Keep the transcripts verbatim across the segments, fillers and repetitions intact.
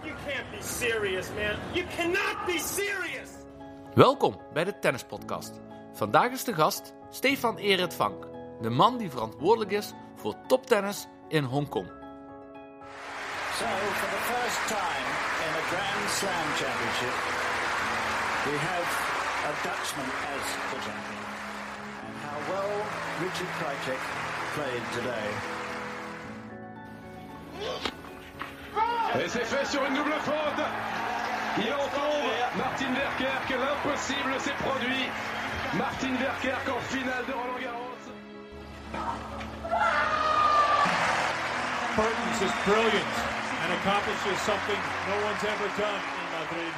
You can't be serious, man. You cannot be serious! Welkom bij de Tennispodcast. Vandaag is de gast Stefan Erit Vank, de man die verantwoordelijk is voor toptennis in Hongkong. So, for the first time in a Grand Slam championship, we have a Dutchman as the champion. And how well Richard Krajicek played today. Et c'est fait sur une double faute. Il en tombe. Martin Verkerk, l'impossible s'est produit. Martin Verkerk en finale de Roland Garros. Mertens is brilliant and accomplishes something no one's ever done in Madrid.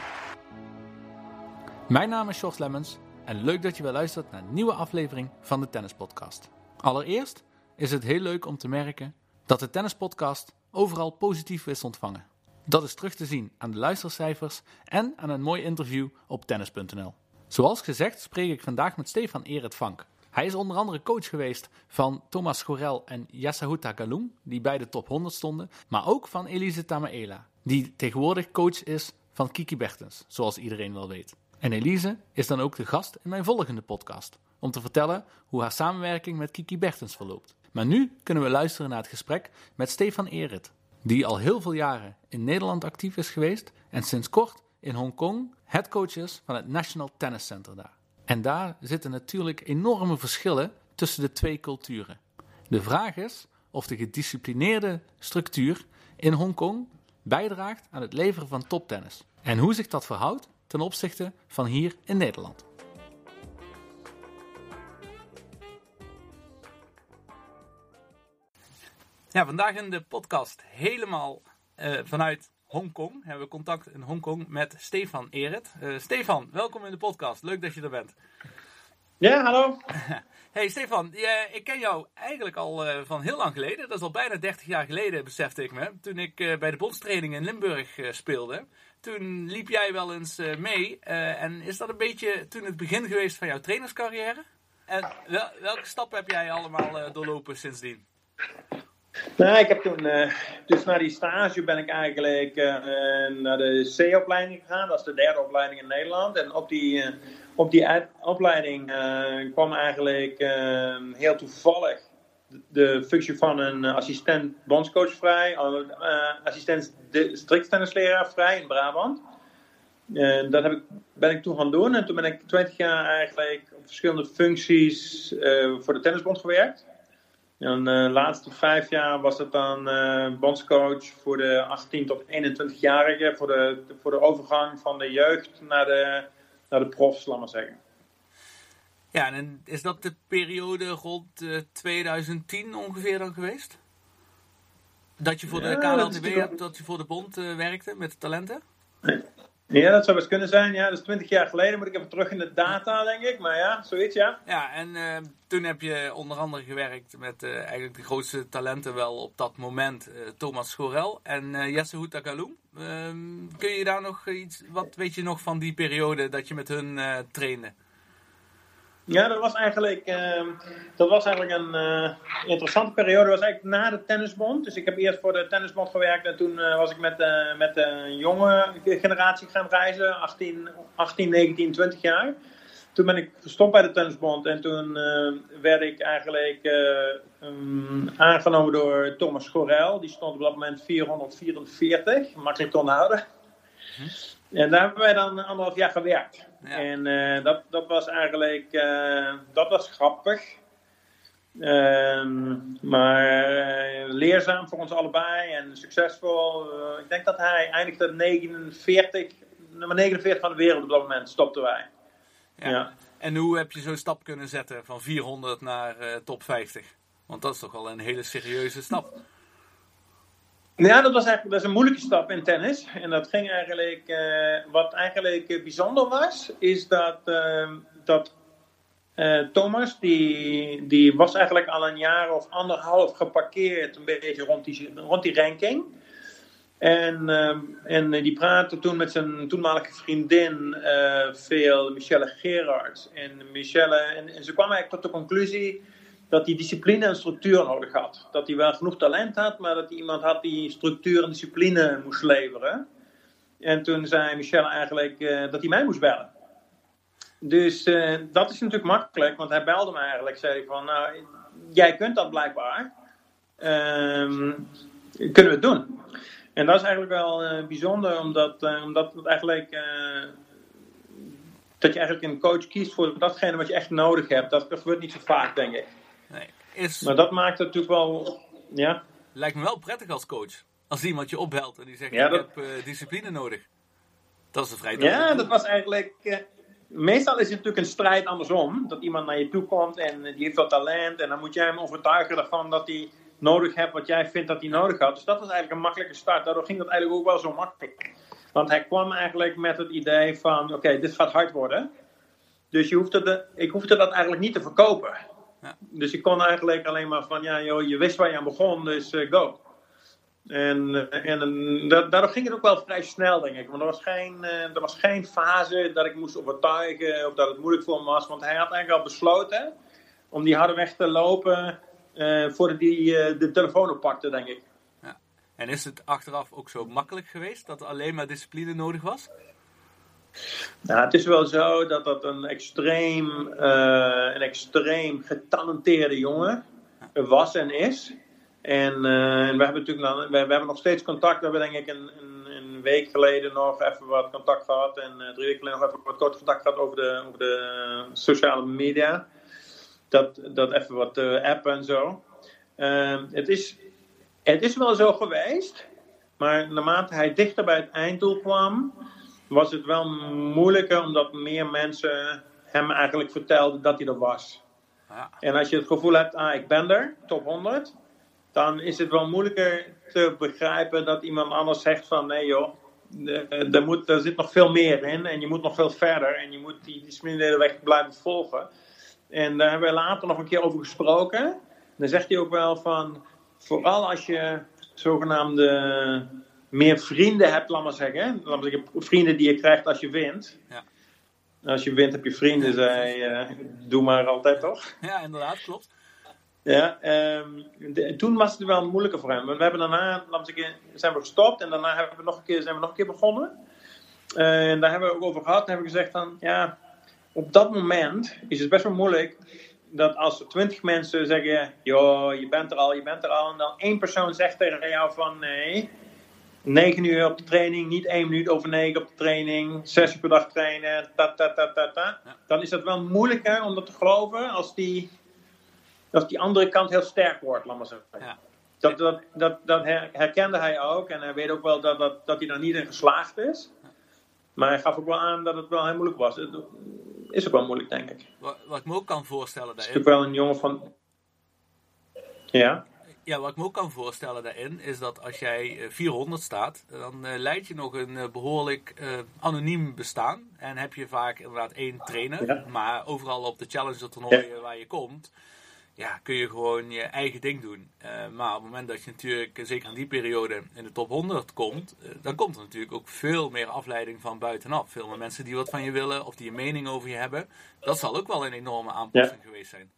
Mijn naam is Sjors Lemmens en leuk dat je weer luistert naar een nieuwe aflevering van de Tennispodcast. Allereerst is het heel leuk om te merken dat de Tennispodcast overal positief is ontvangen. Dat is terug te zien aan de luistercijfers en aan een mooi interview op tennis punt n l. Zoals gezegd spreek ik vandaag met Stefan Erit Vank. Hij is onder andere coach geweest van Thomas Schorel en Yassahuta Galung, die bij de top honderd stonden, maar ook van Elise Tamaela, die tegenwoordig coach is van Kiki Bertens, zoals iedereen wel weet. En Elise is dan ook de gast in mijn volgende podcast, om te vertellen hoe haar samenwerking met Kiki Bertens verloopt. Maar nu kunnen we luisteren naar het gesprek met Stefan Erit, die al heel veel jaren in Nederland actief is geweest en sinds kort in Hongkong headcoach is van het National Tennis Center daar. En daar zitten natuurlijk enorme verschillen tussen de twee culturen. De vraag is of de gedisciplineerde structuur in Hongkong bijdraagt aan het leveren van toptennis. En hoe zich dat verhoudt ten opzichte van hier in Nederland. Ja, vandaag in de podcast helemaal uh, vanuit Hongkong. Hebben we contact in Hongkong met Stefan Erit. Uh, Stefan, welkom in de podcast. Leuk dat je er bent. Ja, hallo. Hey Stefan, ja, ik ken jou eigenlijk al uh, van heel lang geleden. Dat is al bijna dertig jaar geleden, besefte ik me. Toen ik uh, bij de bondstraining in Limburg uh, speelde. Toen liep jij wel eens uh, mee. Uh, en is dat een beetje toen het begin geweest van jouw trainerscarrière? En wel, welke stappen heb jij allemaal uh, doorlopen sindsdien? Nou, ik heb toen, uh, dus na die stage ben ik eigenlijk uh, naar de C-opleiding gegaan. Dat is de derde opleiding in Nederland. En op die, uh, op die uit- opleiding uh, kwam eigenlijk uh, heel toevallig de functie van een assistent bondscoach vrij. Uh, assistent districtstennisleraar vrij in Brabant. Uh, dat heb ik, ben ik toen gaan doen. En toen ben ik twintig jaar eigenlijk op verschillende functies uh, voor de tennisbond gewerkt. En de uh, laatste vijf jaar was het dan uh, bondscoach voor de achttien tot eenentwintig-jarigen. Voor de, voor de overgang van de jeugd naar de, naar de profs, laat maar zeggen. Ja, en is dat de periode rond uh, twintig tien ongeveer dan geweest? Dat je voor Ja, de K L T B, dat, dat je voor de bond uh, werkte met de talenten? Ja, dat zou best kunnen zijn. Ja, dat is twintig jaar geleden. Moet ik even terug in de data, denk ik. Maar ja, zoiets, ja. Ja, en uh, toen heb je onder andere gewerkt met uh, eigenlijk de grootste talenten wel op dat moment. Uh, Thomas Schorel en uh, Yassahuta Galung. Uh, kun je daar nog iets, wat weet je nog van die periode dat je met hun uh, trainde? Ja, dat was eigenlijk, uh, dat was eigenlijk een uh, interessante periode. Dat was eigenlijk na de tennisbond. Dus ik heb eerst voor de tennisbond gewerkt. En toen uh, was ik met, uh, met de jonge generatie gaan reizen. achttien, achttien, negentien, twintig jaar. Toen ben ik gestopt bij de tennisbond. En toen uh, werd ik eigenlijk uh, um, aangenomen door Thomas Schorel. Die stond op dat moment vierhonderdvierenveertig. Makkelijk te onthouden. Hm. En daar hebben wij dan anderhalf jaar gewerkt. Ja. En uh, dat, dat was eigenlijk, uh, dat was grappig. Uh, maar uh, leerzaam voor ons allebei en succesvol. Uh, ik denk dat hij eindigde negenenveertig, nummer negenenveertig van de wereld op dat moment, stopten wij. Ja. Ja. En hoe heb je zo'n stap kunnen zetten van vierhonderd naar uh, top vijftig? Want dat is toch wel een hele serieuze stap. Ja, dat was eigenlijk dat is een moeilijke stap in tennis. En dat ging eigenlijk, uh, wat eigenlijk uh, bijzonder was, is dat, uh, dat uh, Thomas, die, die was eigenlijk al een jaar of anderhalf geparkeerd, een beetje rond die, rond die ranking. En, uh, en die praatte toen met zijn toenmalige vriendin, uh, veel, Michelle Gerards. En, Michelle, en, en ze kwam eigenlijk tot de conclusie dat hij discipline en structuur nodig had. Dat hij wel genoeg talent had, maar dat hij iemand had die structuur en discipline moest leveren. En toen zei Michel eigenlijk uh, dat hij mij moest bellen. Dus uh, dat is natuurlijk makkelijk, want hij belde me eigenlijk. Zei hij van, nou, jij kunt dat blijkbaar. Um, kunnen we het doen? En dat is eigenlijk wel uh, bijzonder, omdat, uh, omdat het eigenlijk... Uh, dat je eigenlijk een coach kiest voor datgene wat je echt nodig hebt. Dat gebeurt niet zo vaak, denk ik. Nee, is... Maar dat maakt het natuurlijk wel... Ja. Lijkt me wel prettig als coach. Als iemand je opbelt en die zegt, ja, ik dat... heb uh, discipline nodig. Dat is een vrij... Ja, dat was eigenlijk... Uh, meestal is het natuurlijk een strijd andersom. Dat iemand naar je toe komt en die heeft wat talent. En dan moet jij hem overtuigen ervan dat hij nodig hebt wat jij vindt dat hij nodig had. Dus dat was eigenlijk een makkelijke start. Daardoor ging dat eigenlijk ook wel zo makkelijk. Want hij kwam eigenlijk met het idee van, oké, okay, dit gaat hard worden. Dus je hoefde de, ik hoefde dat eigenlijk niet te verkopen. Ja. Dus ik kon eigenlijk alleen maar van, ja joh, je wist waar je aan begon, dus uh, go. En, en uh, daardoor ging het ook wel vrij snel, denk ik. Want er was, geen, uh, er was geen fase dat ik moest overtuigen of dat het moeilijk voor me was. Want hij had eigenlijk al besloten om die harde weg te lopen uh, voordat hij uh, de telefoon oppakte, denk ik. En is het achteraf ook zo makkelijk geweest dat er alleen maar discipline nodig was? Nou, het is wel zo dat dat een extreem, uh, een extreem getalenteerde jongen was en is. En, uh, en we hebben natuurlijk dan, we, we hebben nog steeds contact. We hebben denk ik een, een, een week geleden nog even wat contact gehad. En uh, drie weken geleden nog even wat kort contact gehad over de, over de sociale media. Dat, dat even wat uh, appen en zo. Uh, het is... Het is wel zo geweest, maar naarmate hij dichter bij het einddoel kwam, was het wel moeilijker omdat meer mensen hem eigenlijk vertelden dat hij er was. Ja. En als je het gevoel hebt, ah, ik ben er, top honderd, dan is het wel moeilijker te begrijpen dat iemand anders zegt van, nee joh, er, moet, er zit nog veel meer in en je moet nog veel verder en je moet die disciplinaire weg blijven volgen. En daar hebben we later nog een keer over gesproken. En dan zegt hij ook wel van... Vooral als je zogenaamde meer vrienden hebt, laat maar zeggen. Laat maar zeggen, vrienden die je krijgt als je wint. Ja. Als je wint heb je vrienden, zei uh, doe maar altijd toch? Ja, inderdaad, klopt. Ja, um, de, toen was het wel moeilijker voor hem. We hebben daarna, laat maar zeggen, zijn we gestopt en daarna hebben we nog een keer, zijn we nog een keer begonnen. Uh, en daar hebben we ook over gehad. En hebben we gezegd van, ja, op dat moment is het best wel moeilijk... dat als twintig mensen zeggen, joh, je bent er al, je bent er al. En dan één persoon zegt tegen jou van, nee, negen uur op de training, niet één minuut over negen op de training, zes uur per dag trainen, ta, ta, ta, ta, ta. Ja. Dan is dat wel moeilijker om dat te geloven als die, als die andere kant heel sterk wordt, laat maar zeggen. Ja. Dat, dat, dat, dat herkende hij ook en hij weet ook wel dat, dat, dat hij er niet in geslaagd is. Maar hij gaf ook wel aan dat het wel heel moeilijk was. Het is ook wel moeilijk, denk ik. Wat, wat ik me ook kan voorstellen daarin... Het is natuurlijk wel een jongen van... Ja? Ja, wat ik me ook kan voorstellen daarin... is dat als jij vierhonderd staat... dan uh, leid je nog een uh, behoorlijk uh, anoniem bestaan. En heb je vaak inderdaad één trainer. Ja. Maar overal op de challenger toernooien ja. waar je komt... ja, kun je gewoon je eigen ding doen. Uh, maar op het moment dat je natuurlijk, zeker in die periode, in de top honderd komt, uh, dan komt er natuurlijk ook veel meer afleiding van buitenaf. Veel meer mensen die wat van je willen of die een mening over je hebben. Dat zal ook wel een enorme aanpassing ja. geweest zijn.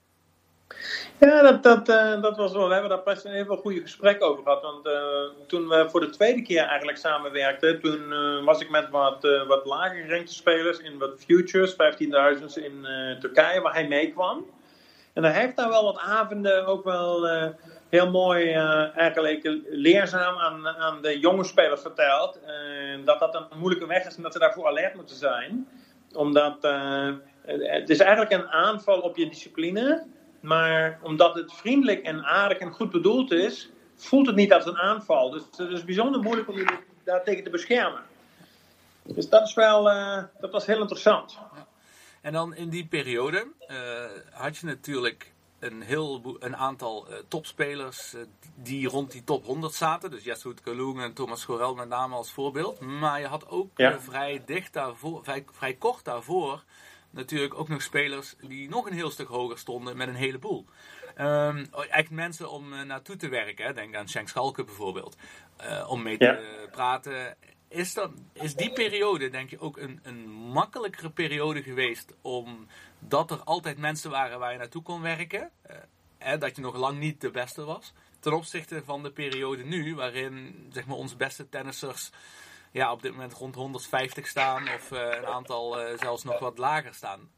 Ja, dat, dat, uh, dat was wel. We hebben daar best een heel veel goede gesprek over gehad. Want uh, toen we voor de tweede keer eigenlijk samenwerkten, toen uh, was ik met wat, uh, wat lager gerankte spelers in wat futures, vijftienduizend in uh, Turkije, waar hij meekwam. En hij heeft daar wel wat avonden ook wel uh, heel mooi uh, eigenlijk leerzaam aan, aan de jonge spelers verteld. Uh, dat dat een moeilijke weg is en dat ze daarvoor alert moeten zijn. Omdat uh, het is eigenlijk een aanval op je discipline. Maar omdat het vriendelijk en aardig en goed bedoeld is, voelt het niet als een aanval. Dus het is bijzonder moeilijk om je daartegen te beschermen. Dus dat is wel, uh, dat was heel interessant. En dan in die periode uh, had je natuurlijk een, heel, een aantal uh, topspelers uh, die rond die top honderd zaten. Dus Jesse Kalung en Thomas Gorel met name als voorbeeld. Maar je had ook ja. uh, vrij dicht daarvoor, vrij, vrij kort daarvoor natuurlijk ook nog spelers die nog een heel stuk hoger stonden met een heleboel. Um, echt mensen om uh, naartoe te werken. Hè? Denk aan Schenk Schalke bijvoorbeeld. Uh, om mee ja. te uh, praten. Is, dat, is die periode, denk je, ook een, een makkelijkere periode geweest omdat er altijd mensen waren waar je naartoe kon werken? Uh, hè, dat je nog lang niet de beste was. Ten opzichte van de periode nu, waarin zeg maar, onze beste tennissers ja, op dit moment rond honderdvijftig staan of uh, een aantal uh, zelfs nog wat lager staan.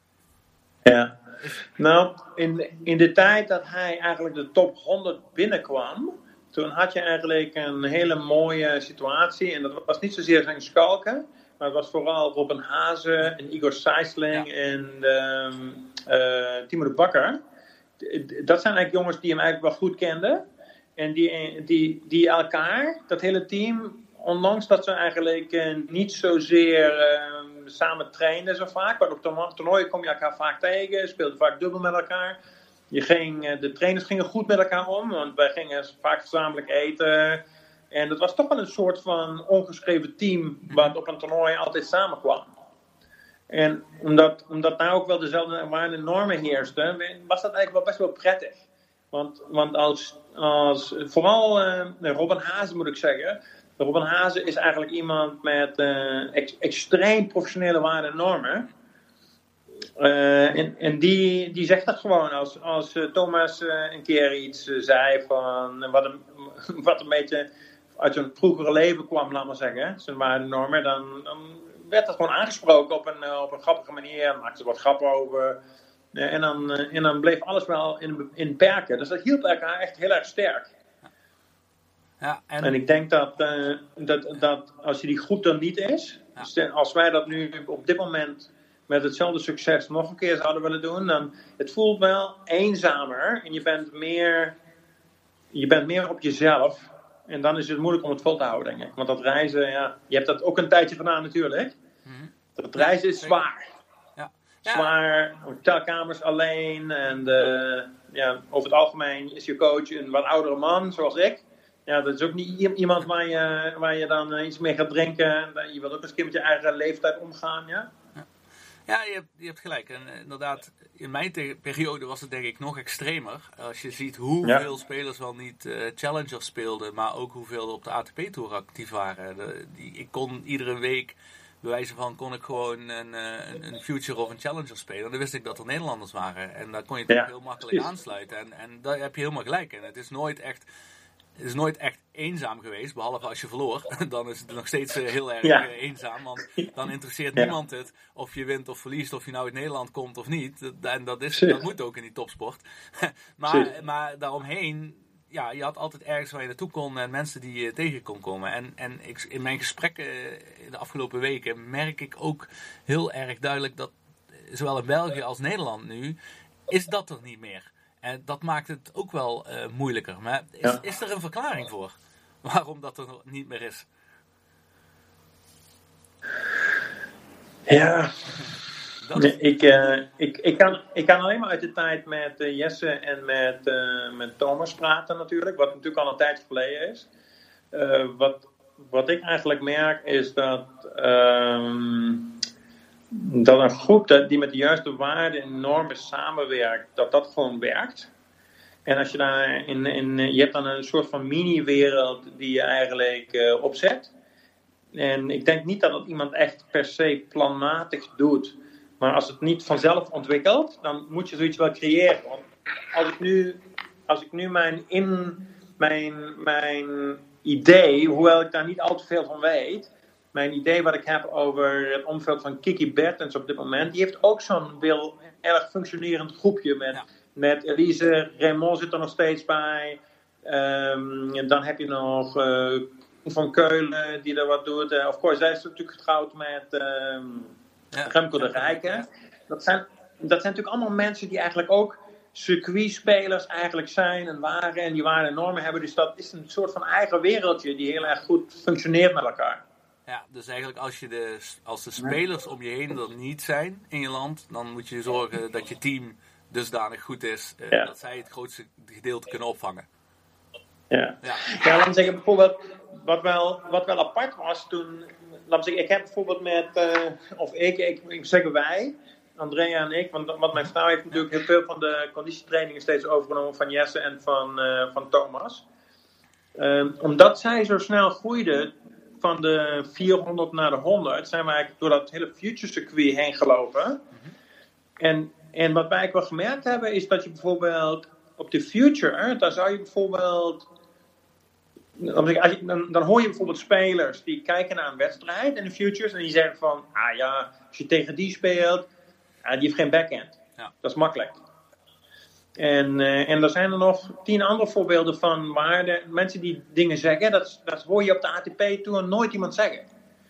Ja, nou, in, in de tijd dat hij eigenlijk de top honderd binnenkwam, toen had je eigenlijk een hele mooie situatie. En dat was niet zozeer zijn skalken, maar het was vooral Robin Haase en Igor Sijsling ja. en um, uh, Timo de Bakker. Dat zijn eigenlijk jongens die hem eigenlijk wel goed kenden. En die, die, die elkaar, dat hele team, ondanks dat ze eigenlijk uh, niet zozeer uh, samen trainden zo vaak. Maar op toernooien kom je elkaar vaak tegen, speelde vaak dubbel met elkaar. Je ging, uh, de trainers gingen goed met elkaar om, want wij gingen vaak gezamenlijk eten. En dat was toch wel een soort van ongeschreven team wat op een toernooi altijd samenkwam. En omdat, omdat daar ook wel dezelfde waarden en normen heersten, was dat eigenlijk wel best wel prettig. Want, want als, als vooral uh, Robin Haase moet ik zeggen. Robin Haase is eigenlijk iemand met uh, ex, extreem professionele waarden en normen. Uh, en en die, die zegt dat gewoon. Als, als uh, Thomas uh, een keer iets uh, zei van uh, wat, een, wat een beetje uit zijn vroegere leven kwam, laat maar zeggen, zijn waarden en normen, dan, dan werd dat gewoon aangesproken op een, uh, op een grappige manier. Dan maakte ze wat grappen over. Uh, en, dan, uh, en dan bleef alles wel in, in perken. Dus dat hielp elkaar echt heel erg sterk. Ja, en... en ik denk dat, uh, dat, dat als je die groep er niet is, ja. dus als wij dat nu op dit moment met hetzelfde succes nog een keer zouden willen doen, dan het voelt wel eenzamer en je bent meer, je bent meer op jezelf. En dan is het moeilijk om het vol te houden, denk ik. Want dat reizen, ja, je hebt dat ook een tijdje gedaan natuurlijk. Mm-hmm. Dat reizen is zwaar. Ja. Ja. Zwaar, hotelkamers alleen. En de, ja, over het algemeen is je coach een wat oudere man, zoals ik. Ja, dat is ook niet iemand waar je, waar je dan uh, iets mee gaat drinken. Je wilt ook eens een keer met je eigen leeftijd omgaan, ja. Ja, je hebt, je hebt gelijk. En uh, inderdaad, in mijn te- periode was het denk ik nog extremer. Als je ziet hoeveel ja. spelers wel niet uh, Challengers speelden, maar ook hoeveel op de A T P-tour actief waren. De, die, ik kon iedere week, bij wijze van, kon ik gewoon een, een, een Future of een Challenger spelen. En dan wist ik dat er Nederlanders waren. En daar kon je toch ja, heel makkelijk precies. aansluiten. En, en daar heb je helemaal gelijk in. Het is nooit echt... Het is nooit echt eenzaam geweest, behalve als je verloor. Dan is het nog steeds uh, heel erg ja. uh, eenzaam. Want dan interesseert ja. niemand het of je wint of verliest, of je nou uit Nederland komt of niet. En dat, is, dat moet ook in die topsport. maar, maar daaromheen, ja, je had altijd ergens waar je naartoe kon en mensen die je tegen kon komen. En, en ik, in mijn gesprekken in de afgelopen weken merk ik ook heel erg duidelijk dat zowel in België als Nederland nu, is dat er niet meer. En dat maakt het ook wel uh, moeilijker. Maar is, ja. is er een verklaring voor waarom dat er niet meer is? Ja, nee, ik, uh, ik, ik, kan, ik kan alleen maar uit de tijd met uh, Jesse en met, uh, met Thomas praten natuurlijk. Wat natuurlijk al een tijd geleden is. Uh, wat, wat ik eigenlijk merk is dat... Um, dat een groep dat, die met de juiste waarden en normen samenwerkt, dat dat gewoon werkt. En als je daar in, in je hebt dan een soort van mini-wereld die je eigenlijk uh, opzet. En ik denk niet dat het iemand echt per se planmatig doet. Maar als het niet vanzelf ontwikkelt, dan moet je zoiets wel creëren. Want als ik nu, als ik nu mijn, in, mijn, mijn idee, hoewel ik daar niet al te veel van weet... Mijn idee wat ik heb over het omveld van Kiki Bertens op dit moment, die heeft ook zo'n wel erg functionerend groepje met, ja. met Elise, Raymond zit er nog steeds bij. Um, en dan heb je nog uh, Van Keulen die er wat doet. Uh, of course, zij is natuurlijk getrouwd met um, ja. Remco de Rijken. Dat zijn, dat zijn natuurlijk allemaal mensen die eigenlijk ook circuitspelers eigenlijk zijn en waren en die waarden en normen hebben. Dus dat is een soort van eigen wereldje die heel erg goed functioneert met elkaar. Ja, dus eigenlijk als, je de, als de spelers om je heen er niet zijn in je land, dan moet je zorgen dat je team dusdanig goed is, uh, ja. dat zij het grootste gedeelte kunnen opvangen. Ja, ja. ja laat me zeggen, bijvoorbeeld, wat wel, wat wel apart was toen, laat me zeggen, ik heb bijvoorbeeld met, uh, of ik, ik, ik zeg wij, Andrea en ik, want, want mijn vrouw heeft natuurlijk heel veel van de conditietrainingen steeds overgenomen van Jesse en van, uh, van Thomas. Uh, omdat zij zo snel groeide, van de vierhonderd naar de honderd zijn we eigenlijk door dat hele future circuit heen gelopen. Mm-hmm. En, en wat wij eigenlijk wel gemerkt hebben is dat je bijvoorbeeld op de future, daar zou je bijvoorbeeld als je, dan, dan hoor je bijvoorbeeld spelers die kijken naar een wedstrijd in de futures en die zeggen van, ah ja, als je tegen die speelt, ah, die heeft geen backhand. Ja. Dat is makkelijk. En, uh, en er zijn er nog tien andere voorbeelden van waar de mensen die dingen zeggen, dat, dat hoor je op de A T P-tour nooit iemand zeggen.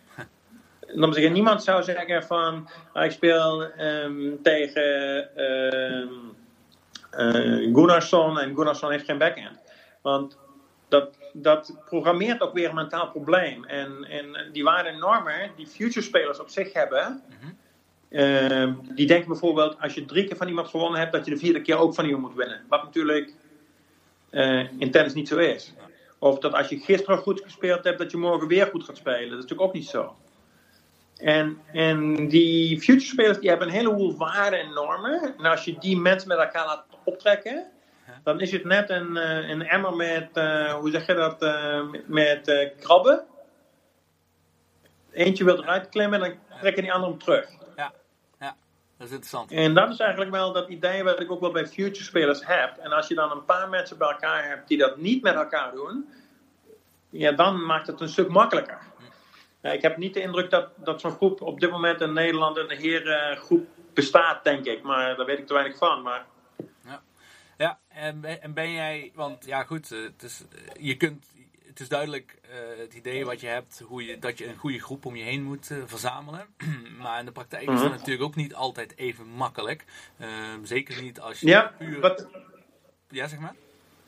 Dan zeggen, niemand zou zeggen van, ah, ik speel um, tegen um, uh, Gunnarsson en Gunnarsson heeft geen backhand. Want dat, dat programmeert ook weer een mentaal probleem. En, en die waarden en normen die future spelers op zich hebben, mm-hmm. uh, die denken bijvoorbeeld, als je drie keer van iemand gewonnen hebt, dat je de vierde keer ook van iemand moet winnen. Wat natuurlijk uh, in tennis niet zo is. Of dat als je gisteren goed gespeeld hebt, dat je morgen weer goed gaat spelen. Dat is natuurlijk ook niet zo. En, en die future spelers die hebben een heleboel waarden en normen. En als je die mensen met elkaar laat optrekken, dan is het net een, een emmer met, uh, hoe zeg je dat, uh, met uh, krabben. Eentje wil eruit klimmen en dan trekken die anderen hem terug. Ja, ja, dat is interessant. En dat is eigenlijk wel dat idee wat ik ook wel bij future spelers heb. En als je dan een paar mensen bij elkaar hebt die dat niet met elkaar doen, ja, dan maakt het een stuk makkelijker. Ja, ik heb niet de indruk dat, dat zo'n groep op dit moment in Nederland een herengroep bestaat, denk ik. Maar daar weet ik te weinig van. Maar... Ja, ja en, en ben jij, want ja goed, het is, je kunt, het is duidelijk uh, het idee wat je hebt, hoe je, dat je een goede groep om je heen moet uh, verzamelen. Maar in de praktijk mm-hmm. is het natuurlijk ook niet altijd even makkelijk. Uh, zeker niet als je ja, puur... Wat... Ja, zeg maar.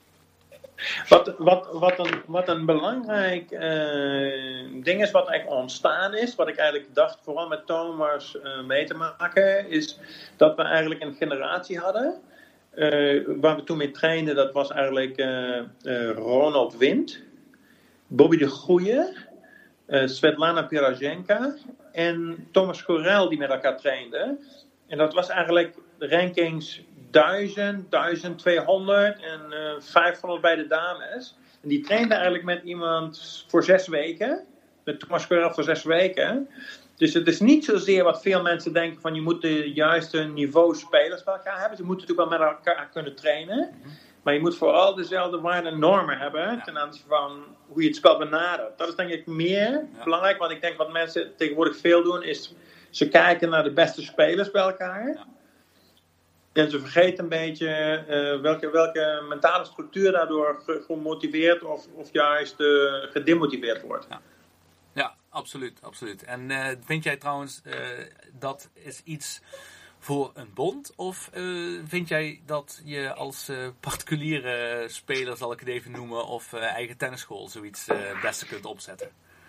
Wat, wat, wat, een, wat een belangrijk uh, ding is, wat eigenlijk ontstaan is, wat ik eigenlijk dacht vooral met Thomas uh, mee te maken, is dat we eigenlijk een generatie hadden, uh, waar we toen mee trainden, dat was eigenlijk uh, uh, Ronald Wind, Bobby de Goeie, uh, Svetlana Pirazenka en Thomas Gorel die met elkaar trainden. En dat was eigenlijk de rankings duizend, duizend tweehonderd en uh, vijfhonderd bij de dames. En die trainde eigenlijk met iemand voor zes weken. Met Thomas Gorel voor zes weken. Dus het is niet zozeer wat veel mensen denken van je moet de juiste niveau spelers bij elkaar hebben. Ze moeten natuurlijk wel met elkaar kunnen trainen. Maar je moet vooral dezelfde waarden en normen hebben ten aanzien van hoe je het spel benadert. Dat is denk ik meer ja. belangrijk. Want ik denk wat mensen tegenwoordig veel doen is ze kijken naar de beste spelers bij elkaar. Ja. En ze vergeten een beetje uh, welke, welke mentale structuur daardoor gemotiveerd of, of juist uh, gedemotiveerd wordt. Ja, ja absoluut, absoluut. En uh, vind jij trouwens uh, dat is iets voor een bond? Of uh, vind jij dat je als uh, particuliere speler, zal ik het even noemen, of uh, eigen tennisschool zoiets uh, het beste kunt opzetten?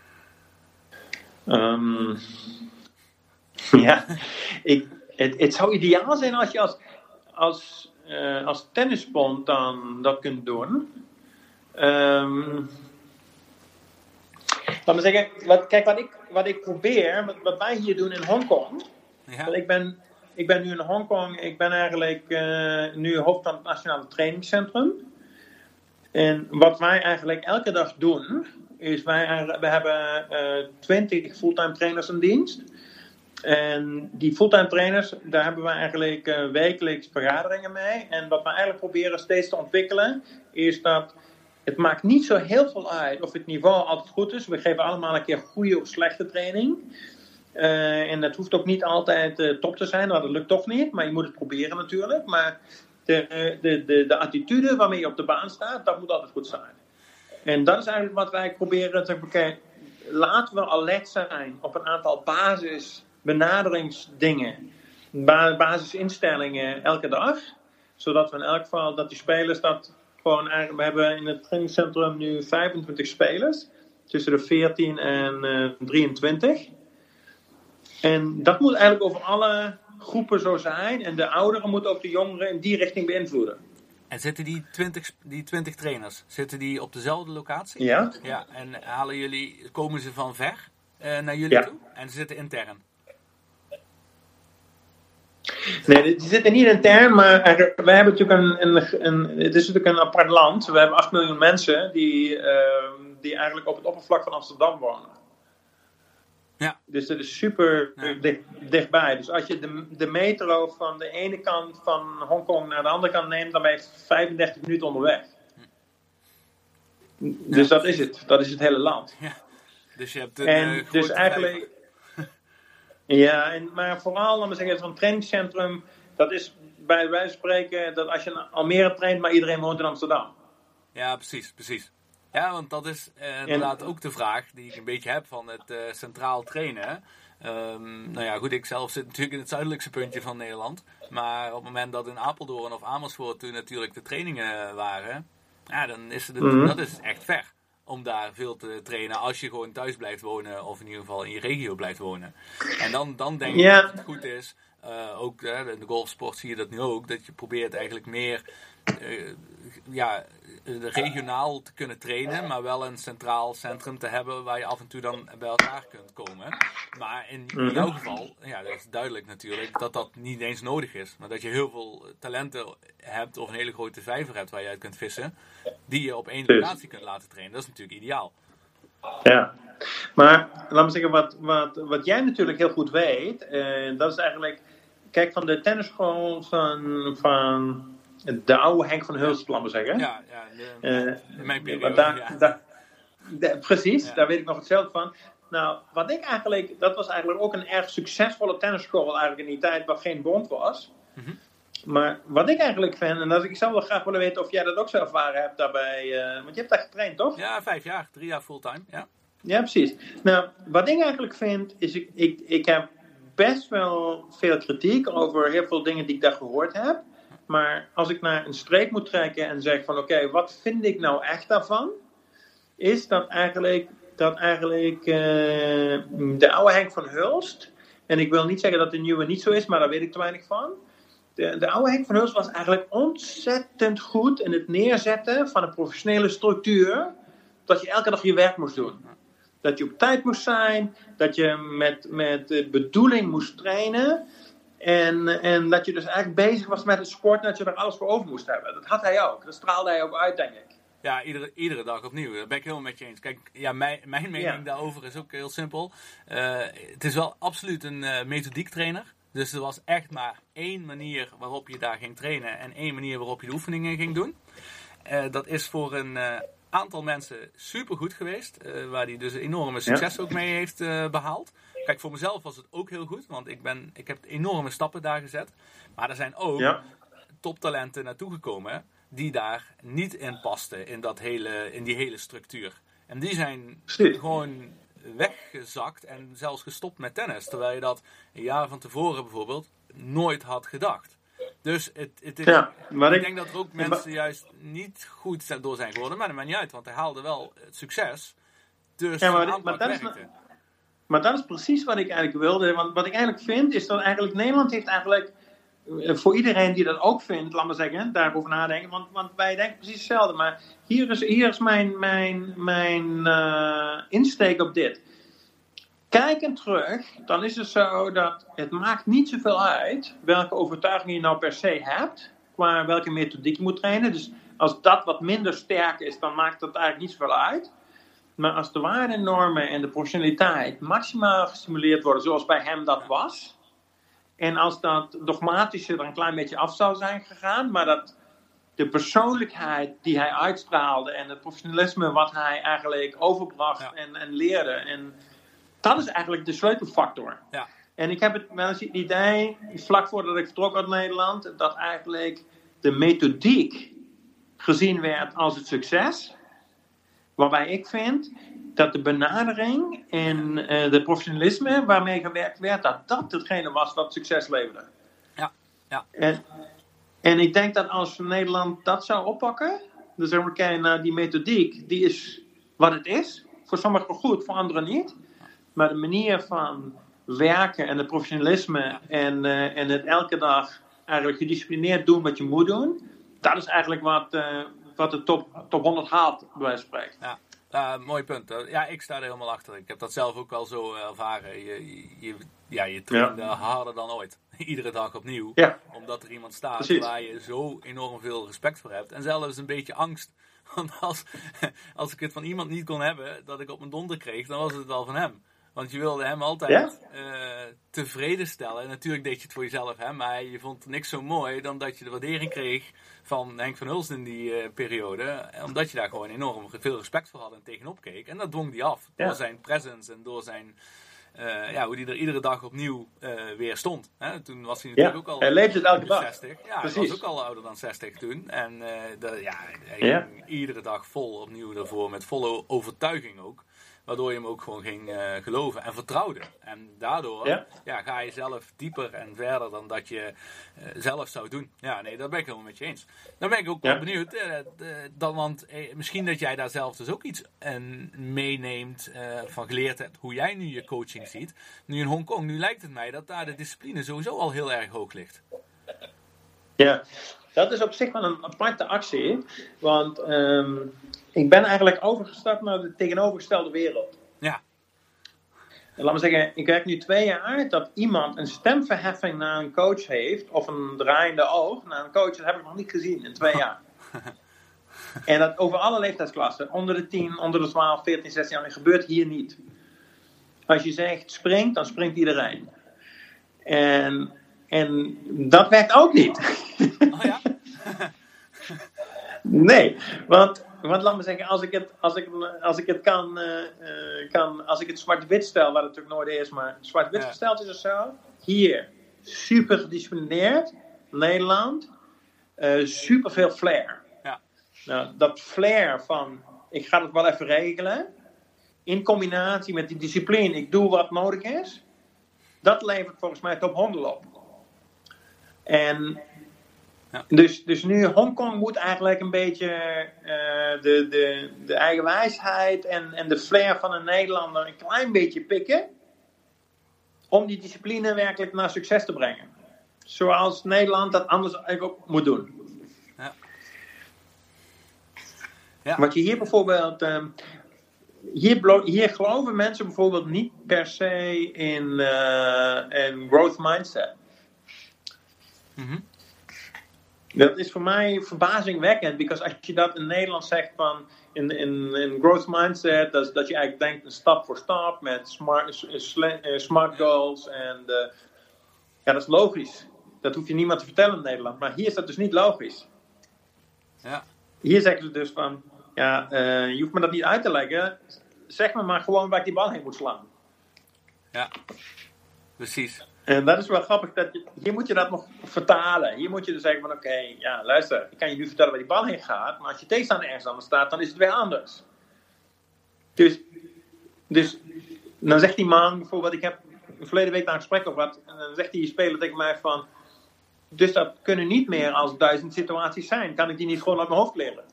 Um, ja, ik, het, het zou ideaal zijn als je als Als, uh, als tennisbond dan dat kunt doen. Um, laat me zeggen, wat, kijk wat ik, wat ik probeer, wat, wat wij hier doen in Hongkong. Ja. Ik, ben, ik ben nu in Hongkong, ik ben eigenlijk uh, nu hoofd van het Nationale Trainingscentrum. En wat wij eigenlijk elke dag doen, is wij we hebben twintig uh, fulltime trainers in dienst. En die fulltime trainers, daar hebben we eigenlijk uh, wekelijks vergaderingen mee. En wat we eigenlijk proberen steeds te ontwikkelen, is dat het maakt niet zo heel veel uit of het niveau altijd goed is. We geven allemaal een keer goede of slechte training. Uh, en dat hoeft ook niet altijd uh, top te zijn, want dat lukt toch niet. Maar je moet het proberen natuurlijk. Maar de, de, de, de attitude waarmee je op de baan staat, dat moet altijd goed zijn. En dat is eigenlijk wat wij proberen te zeggen. Okay, laten we alert zijn op een aantal basis benaderingsdingen, basisinstellingen elke dag, zodat we in elk geval dat die spelers dat gewoon eigenlijk, we hebben in het trainingscentrum nu vijfentwintig spelers tussen de veertien en uh, drieëntwintig en dat moet eigenlijk over alle groepen zo zijn en de ouderen moeten ook de jongeren in die richting beïnvloeden. En zitten die twintig, die twintig trainers, zitten die op dezelfde locatie? Ja. Ja. En halen jullie, komen ze van ver uh, naar jullie ja. toe? En ze zitten intern? Nee, die zitten niet intern, maar we hebben natuurlijk een, een, een, het is natuurlijk een apart land. We hebben acht miljoen mensen die, uh, die eigenlijk op het oppervlak van Amsterdam wonen. Ja. Dus dat is super ja. dicht, dichtbij. Dus als je de, de metro van de ene kant van Hongkong naar de andere kant neemt, dan ben je vijfendertig minuten onderweg. Dus ja, dat is het. Dat is het hele land. Ja. Dus je hebt een en uh, dus eigenlijk... ja, en, maar vooral, laten we zeggen, zo'n trainingscentrum, dat is bij wijze van spreken, dat als je in Almere traint, maar iedereen woont in Amsterdam. Ja, precies, precies. Ja, want dat is uh, inderdaad en, ook de vraag die ik een beetje heb van het uh, centraal trainen. Um, nou ja, goed, ik zelf zit natuurlijk in het zuidelijkste puntje van Nederland. Maar op het moment dat in Apeldoorn of Amersfoort toen natuurlijk de trainingen waren, ja, dan is het, mm-hmm. dat is echt ver om daar veel te trainen als je gewoon thuis blijft wonen of in ieder geval in je regio blijft wonen. En dan, dan denk ik yeah. dat het goed is, uh, ook uh, in de golfsport zie je dat nu ook, dat je probeert eigenlijk meer uh, ja, regionaal te kunnen trainen, maar wel een centraal centrum te hebben waar je af en toe dan bij elkaar kunt komen. Maar in, in jouw geval, ja, dat is duidelijk natuurlijk, dat dat niet eens nodig is. Maar dat je heel veel talenten hebt of een hele grote vijver hebt waar je uit kunt vissen, die je op één locatie kunt laten trainen. Dat is natuurlijk ideaal. Ja, maar laat me zeggen, wat, wat, wat jij natuurlijk heel goed weet, uh, dat is eigenlijk, kijk, van de tennisschool van, van de oude Henk van Hulst, laten we zeggen. Ja, ja de, uh, mijn periode, daar, ja. daar, de, precies, ja. Daar weet ik nog hetzelfde van. Nou, wat ik eigenlijk, dat was eigenlijk ook een erg succesvolle tennisschool eigenlijk in die tijd, wat geen bond was. Mm-hmm. Maar wat ik eigenlijk vind, en dat ik zou wel graag willen weten of jij dat ook zo ervaren hebt daarbij, uh, want je hebt daar getraind, toch? Ja, vijf jaar, drie jaar fulltime, ja. Ja, precies. Nou, wat ik eigenlijk vind, is ik, ik, ik heb best wel veel kritiek over heel veel dingen die ik daar gehoord heb. Maar als ik naar een streep moet trekken en zeg van oké, okay, wat vind ik nou echt daarvan? Is dat eigenlijk, dat eigenlijk uh, de oude Henk van Hulst, en ik wil niet zeggen dat de nieuwe niet zo is, maar daar weet ik te weinig van. De, de oude Henk van Hulst was eigenlijk ontzettend goed in het neerzetten van een professionele structuur, dat je elke dag je werk moest doen. Dat je op tijd moest zijn, dat je met, met de bedoeling moest trainen. En, en dat je dus eigenlijk bezig was met het sport en dat je er alles voor over moest hebben. Dat had hij ook. Dat straalde hij ook uit, denk ik. Ja, iedere, iedere dag opnieuw. Daar ben ik helemaal met je eens. Kijk, ja, mijn, mijn mening ja. daarover is ook heel simpel. Uh, het is wel absoluut een uh, methodiek trainer. Dus er was echt maar één manier waarop je daar ging trainen. En één manier waarop je de oefeningen ging doen. Uh, dat is voor een uh, aantal mensen supergoed geweest. Uh, waar hij dus enorme succes ja. ook mee heeft uh, behaald. Kijk, voor mezelf was het ook heel goed, want ik, ben, ik heb enorme stappen daar gezet. Maar er zijn ook ja. toptalenten naartoe gekomen die daar niet in pasten, in, dat hele, in die hele structuur. En die zijn Precies. gewoon weggezakt en zelfs gestopt met tennis. Terwijl je dat een jaar van tevoren bijvoorbeeld nooit had gedacht. Dus het, het is, ja, maar ik, ik denk dat er ook mensen maar, juist niet goed door zijn geworden. Maar dat maakt niet uit, want hij haalde wel het succes. Dus ja, maar, maar dat werkte. Is, Maar dat is precies wat ik eigenlijk wilde. Want wat ik eigenlijk vind, is dat eigenlijk Nederland heeft eigenlijk, voor iedereen die dat ook vindt, laat maar zeggen, daarover nadenken. Want, want wij denken precies hetzelfde. Maar hier is, hier is mijn, mijn, mijn uh, insteek op dit. Kijkend terug, dan is het zo dat het maakt niet zoveel uit welke overtuiging je nou per se hebt, qua welke methodiek je moet trainen. Dus als dat wat minder sterk is, dan maakt dat eigenlijk niet zoveel uit. Maar als de waardenormen en de professionaliteit maximaal gestimuleerd worden, zoals bij hem dat was, en als dat dogmatische er een klein beetje af zou zijn gegaan, maar dat de persoonlijkheid die hij uitstraalde en het professionalisme wat hij eigenlijk overbracht ja. en, en leerde, en dat is eigenlijk de sleutelfactor. Ja. En ik heb het wel eens het idee, vlak voordat ik vertrok uit Nederland, dat eigenlijk de methodiek gezien werd als het succes. Waarbij ik vind dat de benadering en uh, de professionalisme waarmee gewerkt werd, dat dat hetgene was wat succes leverde. Ja, ja. En, en ik denk dat als Nederland dat zou oppakken, dan zeggen we, oké, nou die methodiek, die is wat het is. Voor sommigen goed, voor anderen niet. Maar de manier van werken en het professionalisme ja. en, uh, en het elke dag eigenlijk gedisciplineerd doen wat je moet doen, dat is eigenlijk wat... Uh, wat de top, top honderd haalt, bij wijze van spreken. Ja, uh, mooi punt. Uh, ja, ik sta er helemaal achter. Ik heb dat zelf ook al zo uh, ervaren. Je, je, ja, je traint ja. harder dan ooit. Iedere dag opnieuw. Ja. Omdat er iemand staat Precies. waar je zo enorm veel respect voor hebt. En zelfs een beetje angst. Want als, als ik het van iemand niet kon hebben, dat ik op mijn donder kreeg, dan was het wel van hem. Want je wilde hem altijd Ja? uh, tevreden stellen. En natuurlijk deed je het voor jezelf, hè, maar je vond niks zo mooi dan dat je de waardering kreeg van Henk van Hulst in die uh, periode. Omdat je daar gewoon enorm veel respect voor had en tegenop keek. En dat dwong die af. Ja. Door zijn presence en door zijn... Uh, ja, hoe die er iedere dag opnieuw uh, weer stond. Hè? Toen was hij natuurlijk Ja, ook al hij leeft het elke dag. zestig. Ja, Precies. hij was ook al ouder dan zestig toen. En uh, de, ja, hij Ja. ging iedere dag vol opnieuw ervoor. Met volle overtuiging ook. Waardoor je hem ook gewoon ging uh, geloven en vertrouwde. En daardoor Ja. Ja, ga je zelf dieper en verder dan dat je uh, zelf zou doen. Ja, nee, dat ben ik helemaal met je eens. Dan ben ik ook wel Ja. benieuwd. Uh, de, dan, want eh, misschien dat jij daar zelf dus ook iets uh, meeneemt, uh, van geleerd hebt. Hoe jij nu je coaching ziet. Nu in Hongkong, nu lijkt het mij dat daar de discipline sowieso al heel erg hoog ligt. Ja, dat is op zich wel een aparte actie. Want um, ik ben eigenlijk overgestapt naar de tegenovergestelde wereld. Ja. En laat me zeggen, ik werk nu twee jaar dat iemand een stemverheffing naar een coach heeft. Of een draaiende oog naar een coach. Dat heb ik nog niet gezien in twee jaar. En dat over alle leeftijdsklassen. Onder de tien, onder de twaalf, veertien, zestien jaar. Dat gebeurt hier niet. Als je zegt springt, dan springt iedereen. En, en dat werkt ook niet. Oh ja? Nee, want, want laat me zeggen, als ik het, als ik, als ik het kan, uh, uh, kan, als ik het zwart-wit stel, wat het natuurlijk nooit is, maar zwart-wit Ja. gesteld is of zo. Hier, super gedisciplineerd, Nederland, uh, super veel flair. Ja. Nou, dat flair van, ik ga het wel even regelen, in combinatie met die discipline, ik doe wat nodig is, dat levert volgens mij top honderd op. En Ja. dus, dus nu Hongkong moet eigenlijk een beetje uh, de, de, de eigen wijsheid en, en de flair van een Nederlander een klein beetje pikken. Om die discipline werkelijk naar succes te brengen. Zoals Nederland dat anders eigenlijk ook moet doen. Ja. Ja. Wat je hier bijvoorbeeld... Um, hier, blo- hier geloven mensen bijvoorbeeld niet per se in, uh, in growth mindset. Mm-hmm. Dat is voor mij verbazingwekkend, because als je dat in Nederland zegt van in, in, in growth mindset, dat, dat je eigenlijk denkt een stap voor stap met smart, uh, smart goals en uh, ja, dat is logisch. Dat hoef je niemand te vertellen in Nederland, maar hier is dat dus niet logisch. Ja. Hier zeggen ze dus van, ja, uh, je hoeft me dat niet uit te leggen, zeg me maar gewoon waar ik die bal heen moet slaan. Ja, precies. En dat is wel grappig, dat je, hier moet je dat nog vertalen. Hier moet je dus zeggen van oké, okay, ja luister, ik kan je nu vertellen waar die bal heen gaat, maar als je tegenstander ergens anders staat, dan is het weer anders. Dus, dus dan zegt die man bijvoorbeeld, ik heb verleden week daar een gesprek over gehad, en dan zegt die speler tegen mij van, dus dat kunnen niet meer als duizend situaties zijn, kan ik die niet gewoon uit mijn hoofd leren?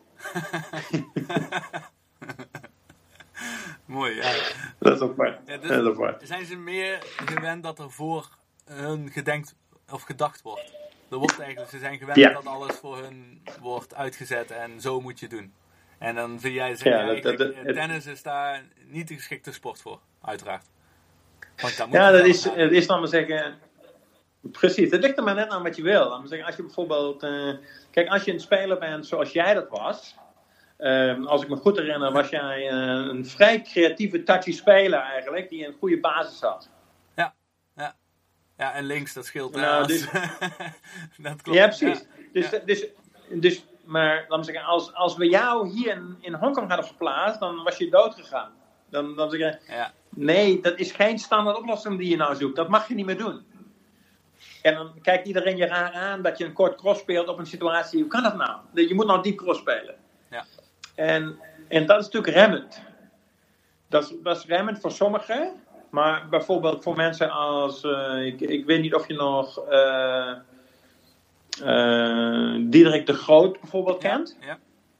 Mooi, ja. Dat is ook waar. Ja, dus dat is ook waar. zijn ze meer gewend dat er voor hun gedenkt of gedacht wordt? Er wordt eigenlijk, ze zijn gewend Ja. dat alles voor hun wordt uitgezet en zo moet je doen. En dan vind jij, zeg Ja, je dat- eigenlijk, dat- dat- tennis is daar niet de geschikte sport voor, uiteraard. Want daar moet Ja, je dat wel is, aan. het is dan maar zeggen. Precies, het ligt er maar net aan wat je wil. Laat me zeggen, als je bijvoorbeeld. Uh, kijk, als je een speler bent zoals jij dat was. Uh, als ik me goed herinner, was jij uh, een vrij creatieve, touchy speler eigenlijk. Die een goede basis had. Ja, ja. Ja, en links, dat scheelt. Nou, uh, als- dus- dat klopt. Ja, precies. Ja. Dus, Ja. dus, dus, maar laat me zeggen, als, als we jou hier in, in Hongkong hadden geplaatst, dan was je dood gegaan. Dan, dan zeg je, Ja. nee, dat is geen standaard oplossing die je nou zoekt. Dat mag je niet meer doen. En dan kijkt iedereen je raar aan dat je een kort cross speelt op een situatie. Hoe kan dat nou? Je moet nou diep cross spelen. Ja. En, en dat is natuurlijk remmend. Dat is, dat is remmend voor sommigen. Maar bijvoorbeeld voor mensen als... Uh, ik, ik weet niet of je nog... Uh, uh, Diederik de Groot bijvoorbeeld kent. Ja.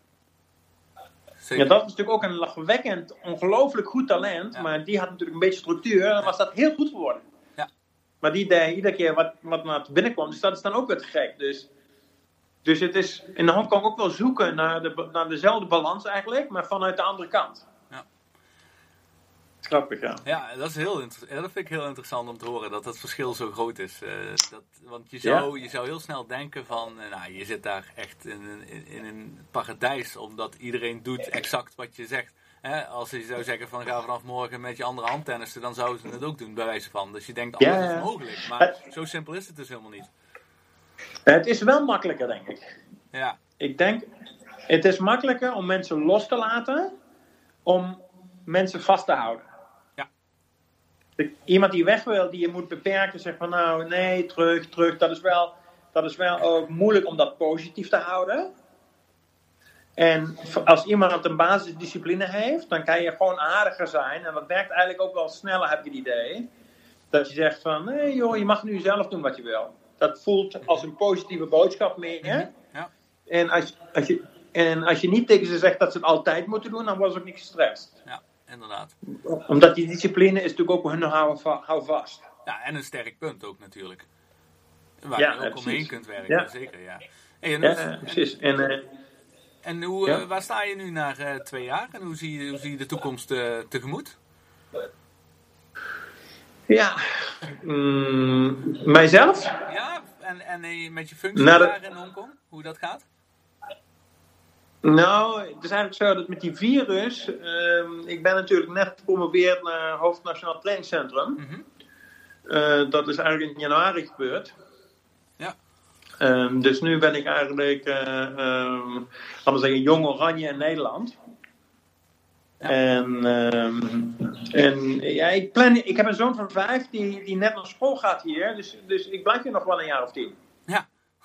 Ja, dat is natuurlijk ook een lachwekkend, ongelooflijk goed talent. Ja. Maar die had natuurlijk een beetje structuur. En dan was dat heel goed geworden. Ja. Maar die deed iedere keer wat, wat naar binnen kwam. Dus dat is dan ook weer te gek. Dus, dus het is in Hongkong ook wel zoeken naar, de, naar dezelfde balans eigenlijk. Maar vanuit de andere kant. Ja. Grappig, ja. Ja, dat is heel inter- ja, dat vind ik heel interessant om te horen, dat het verschil zo groot is. Uh, dat, want je zou, Ja. je zou heel snel denken van, uh, nou, je zit daar echt in, in, in een paradijs, omdat iedereen doet exact wat je zegt. hè, als je zou zeggen van ga vanaf morgen met je andere hand tennissen, dan zouden ze het ook doen, bij wijze van. Dus je denkt, alles Ja, ja. is mogelijk. Maar zo simpel is het dus helemaal niet. Het is wel makkelijker, denk ik. Ja, Ik denk, het is makkelijker om mensen los te laten, om mensen vast te houden. Ja. De- Iemand die weg wil, die je moet beperken, zegt van nou, nee, terug, terug. Dat is wel, dat is wel ook moeilijk om dat positief te houden. En als iemand een basisdiscipline heeft, dan kan je gewoon aardiger zijn. En dat werkt eigenlijk ook wel sneller, heb je het idee. Dat je zegt van, nee joh, je mag nu zelf doen wat je wil. Dat voelt als een positieve boodschap meer. ja, En als, als je, en als je niet tegen ze zegt dat ze het altijd moeten doen, dan worden ze ook niet gestrest. ja, inderdaad. Omdat die discipline is natuurlijk ook hun hou, hou vast. Ja, en een sterk punt ook natuurlijk. Waar Ja, je ook ja, omheen precies. kunt werken, Ja. zeker, ja. Hey, en Ja, hoe, eh, precies. En, eh, en hoe, Ja. eh, waar sta je nu na eh, twee jaar? En hoe zie je, hoe zie je de toekomst eh, tegemoet? ja, mm, mijzelf? Ja, en, en eh, met je functie Nou, dat- daar in Hongkong, hoe dat gaat? Nou, het is eigenlijk zo dat met die virus, ehm, ik ben natuurlijk net gepromoveerd naar Hoofd Nationaal Trainingscentrum. Mhm. Eh, dat is eigenlijk in januari gebeurd. Ja. Ehm, dus nu ben ik eigenlijk, eh ehm, laten we zeggen, jong oranje in Nederland. Ja. En, ehm, en ja, ik, plan, ik heb een zoon van vijf die, die net naar school gaat hier. Dus, dus ik blijf hier nog wel een jaar of tien. Ja.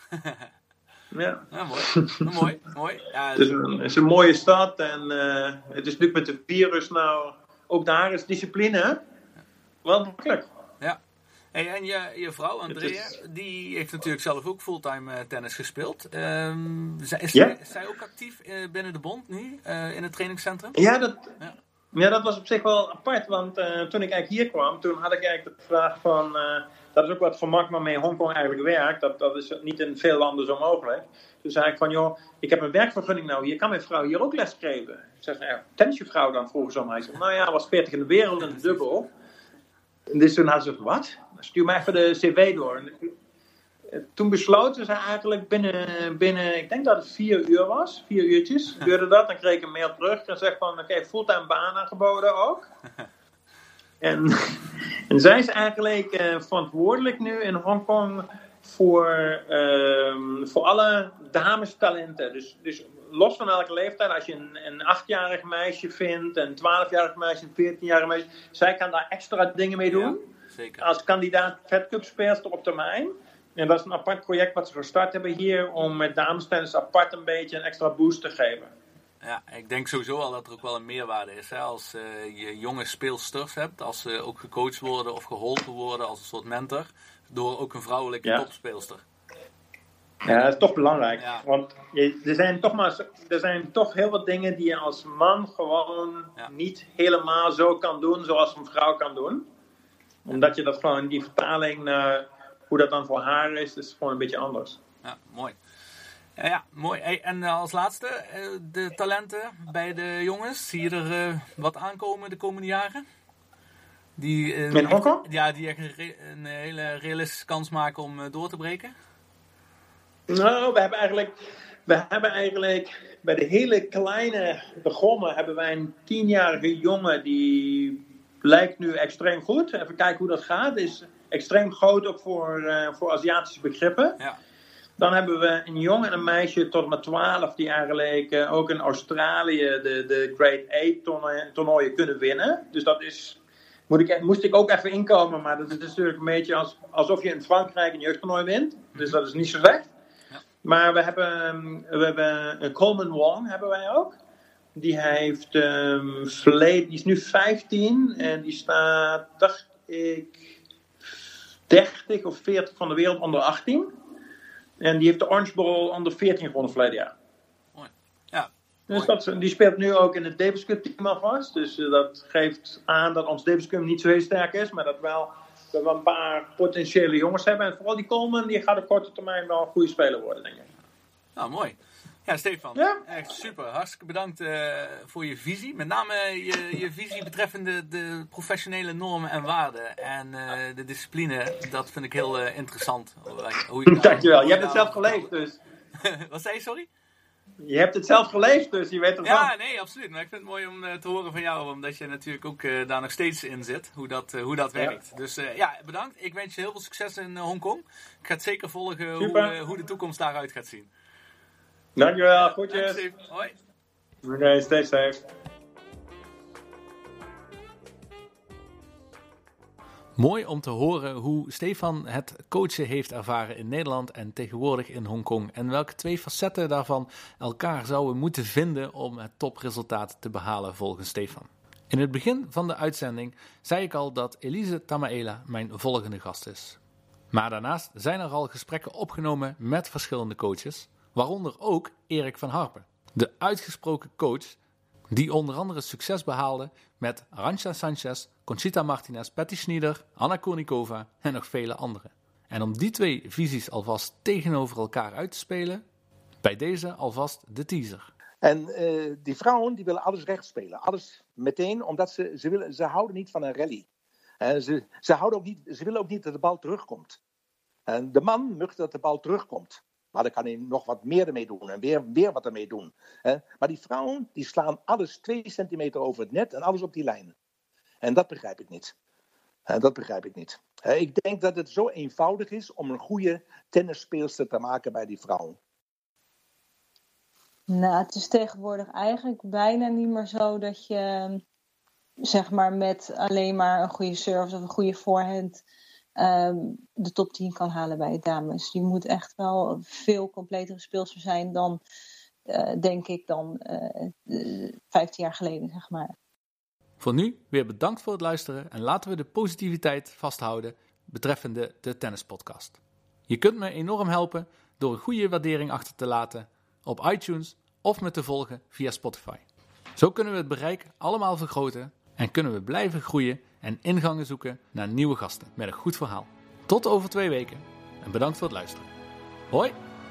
Ja. Ja, mooi. mooi, mooi. Ja, Het is een, het is een mooie stad en eh, het is natuurlijk met de virus nou, ook daar is discipline wel makkelijk. ja. Hey, en je, je vrouw, Het Andrea, is- die heeft natuurlijk zelf ook fulltime eh, tennis gespeeld. Ehm, zij- is, Ja. zij, is zij ook actief eh, binnen de bond nu, eh, in het trainingscentrum? Ja, dat, Ja. ja, dat was op zich wel apart, want eh, toen ik eigenlijk hier kwam, toen had ik eigenlijk de vraag van, eh, dat is ook wat vermak waarmee Hongkong eigenlijk werkt, dat, dat is niet in veel landen zo mogelijk. Toen zei ik van, joh, ik heb een werkvergunning nou hier, kan mijn vrouw hier ook les geven? Ik zei van, ja, tennis je vrouw dan? Vroeg ze om. Hij zei, nou ja, was veertig in de wereld in de dubbel. En dus toen had ze gezegd, wat? Stuur mij even de cv door. En toen besloten ze eigenlijk binnen, binnen, ik denk dat het vier uur was, vier uurtjes, duurde dat. Dan kreeg ik een mail terug en zeg van, oké, okay, fulltime baan aangeboden ook. En, en zij is eigenlijk uh, verantwoordelijk nu in Hongkong voor, uh, voor alle damestalenten. Dus, dus los van elke leeftijd, als je een, een achtjarig meisje vindt, een twaalfjarig meisje, een veertienjarig meisje, zij kan daar extra dingen mee doen. Ja, zeker. Als kandidaat Fed Cup speelster op termijn. En dat is een apart project wat ze gestart hebben hier om met damestennis apart een beetje een extra boost te geven. Ja, ik denk sowieso al dat er ook wel een meerwaarde is. Hè? Als uh, je jonge speelsters hebt, als ze ook gecoacht worden of geholpen worden als een soort mentor, door ook een vrouwelijke Ja. topspeelster. Ja, dat is toch belangrijk. Ja. Want je, er, zijn toch maar, er zijn toch heel wat dingen die je als man gewoon Ja. niet helemaal zo kan doen zoals een vrouw kan doen. Omdat je dat gewoon, die vertaling naar hoe dat dan voor haar is, is gewoon een beetje anders. Ja, mooi. Ja, ja mooi. Hey, en uh, als laatste, uh, de talenten bij de jongens. Zie je er uh, wat aankomen de komende jaren? Die, uh, In Hongkong? Ja, die echt een, re- een hele realistische kans maken om uh, door te breken? Nou, we hebben eigenlijk, we hebben eigenlijk bij de hele kleine begonnen, hebben wij een tienjarige jongen die lijkt nu extreem goed. Even kijken hoe dat gaat. Is extreem groot ook voor, uh, voor Aziatische begrippen. Ja. Dan hebben we een jongen en een meisje tot maar twaalf die eigenlijk uh, ook in Australië de, de Grade A toernooien, toernooien kunnen winnen. Dus dat is, moet ik, moest ik ook even inkomen, maar dat is natuurlijk een beetje als, alsof je in Frankrijk een jeugdtoernooi wint. Dus dat is niet zo slecht. Ja. Maar we hebben, we hebben uh, Coleman Wong hebben wij ook. Die heeft um, verleden, die is nu vijftien en die staat, dacht ik, dertig of veertig van de wereld onder achttien. En die heeft de Orange Bowl onder veertien gewonnen verleden jaar. Mooi. Ja. Dus Mooi. dat, die speelt nu ook in het Davis Cup team alvast. Dus uh, dat geeft aan dat ons Davis Cup niet zo heel sterk is. Maar dat wel, dat we een paar potentiële jongens hebben. En vooral die Coleman, die gaat op korte termijn wel een goede speler worden, denk ik. Nou, mooi. Ja, Stefan, Ja. echt super. Hartstikke bedankt uh, voor je visie. Met name je, je visie betreffende de professionele normen en waarden. En uh, de discipline, dat vind ik heel uh, interessant. Hoe je daar- Dankjewel. hoe Je hebt het zelf daarover gelezen, dus. Wat zei je, sorry? Je hebt het zelf geleefd, dus je weet ervan. Ja, nee, absoluut. Maar ik vind het mooi om uh, te horen van jou, omdat je natuurlijk ook uh, daar nog steeds in zit, hoe dat, uh, hoe dat ja. werkt. Dus uh, ja, bedankt. Ik wens je heel veel succes in uh, Hongkong. Ik ga het zeker volgen hoe, uh, hoe de toekomst daaruit gaat zien. Dankjewel, groetjes. Dank, hoi. Oké, okay, stay safe. Mooi om te horen hoe Stefan het coachen heeft ervaren in Nederland en tegenwoordig in Hongkong. En welke twee facetten daarvan elkaar zouden moeten vinden om het topresultaat te behalen volgens Stefan. In het begin van de uitzending zei ik al dat Elise Tamaela mijn volgende gast is. Maar daarnaast zijn er al gesprekken opgenomen met verschillende coaches, waaronder ook Erik van Harpen. De uitgesproken coach die onder andere succes behaalde met Arantxa Sanchez, Conchita Martinez, Patty Schnieder, Anna Kournikova en nog vele anderen. En om die twee visies alvast tegenover elkaar uit te spelen, bij deze alvast de teaser. En uh, die vrouwen die willen alles recht spelen. Alles meteen, omdat ze, ze, willen, ze houden niet van een rally. En ze, ze, houden ook niet, ze willen ook niet dat de bal terugkomt. En de man mag dat de bal terugkomt. Maar dan kan hij nog wat meer ermee doen en weer, weer wat ermee doen. Maar die vrouwen die slaan alles twee centimeter over het net en alles op die lijn. En dat begrijp ik niet. Dat begrijp ik niet. Ik denk dat het zo eenvoudig is om een goede tennisspeelster te maken bij die vrouwen. Nou, het is tegenwoordig eigenlijk bijna niet meer zo dat je, zeg maar, met alleen maar een goede service of een goede voorhand Um, de top tien kan halen bij de dames. Die moet echt wel veel completere speelster zijn dan, uh, denk ik, dan uh, uh, vijftien jaar geleden, zeg maar. Voor nu weer bedankt voor het luisteren en laten we de positiviteit vasthouden betreffende de tennispodcast. Je kunt me enorm helpen door een goede waardering achter te laten op iTunes of me te volgen via Spotify. Zo kunnen we het bereik allemaal vergroten en kunnen we blijven groeien en ingangen zoeken naar nieuwe gasten met een goed verhaal. Tot over twee weken en bedankt voor het luisteren. Hoi!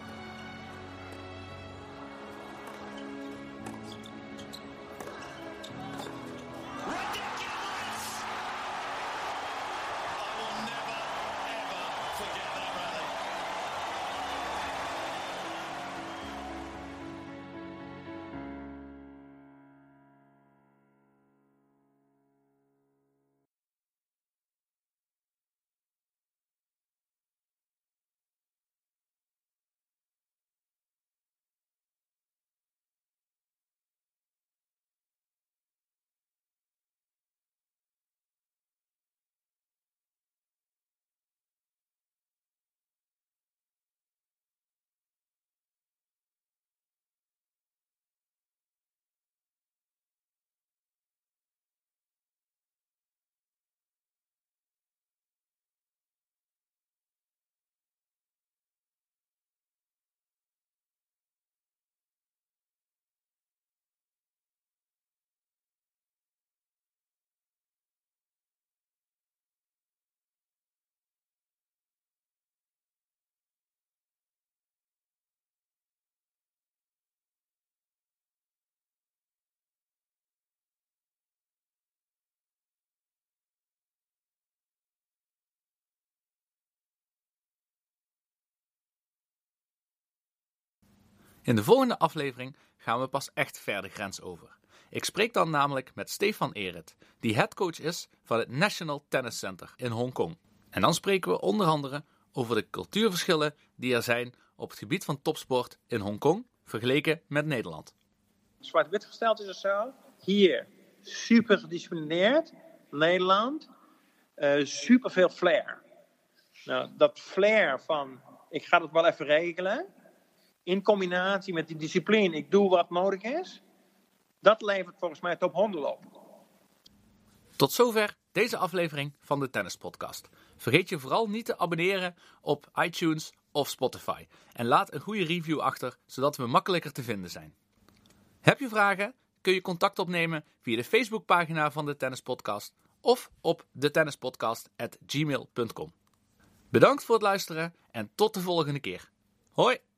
In de volgende aflevering gaan we pas echt ver de grens over. Ik spreek dan namelijk met Stefan Erit, die headcoach is van het National Tennis Center in Hongkong. En dan spreken we onder andere over de cultuurverschillen die er zijn op het gebied van topsport in Hongkong vergeleken met Nederland. Zwart-wit gesteld is of zo. Hier super gedisciplineerd. Nederland uh, super veel flair. Nou, dat flair van ik ga het wel even regelen. In combinatie met die discipline, ik doe wat nodig is. Dat levert volgens mij top honderd op. Tot zover deze aflevering van de Tennis Podcast. Vergeet je vooral niet te abonneren op iTunes of Spotify. En laat een goede review achter, zodat we makkelijker te vinden zijn. Heb je vragen? Kun je contact opnemen via de Facebookpagina van de Tennis Podcast of op de tennispodcast at gmail punt com. Bedankt voor het luisteren en tot de volgende keer. Hoi!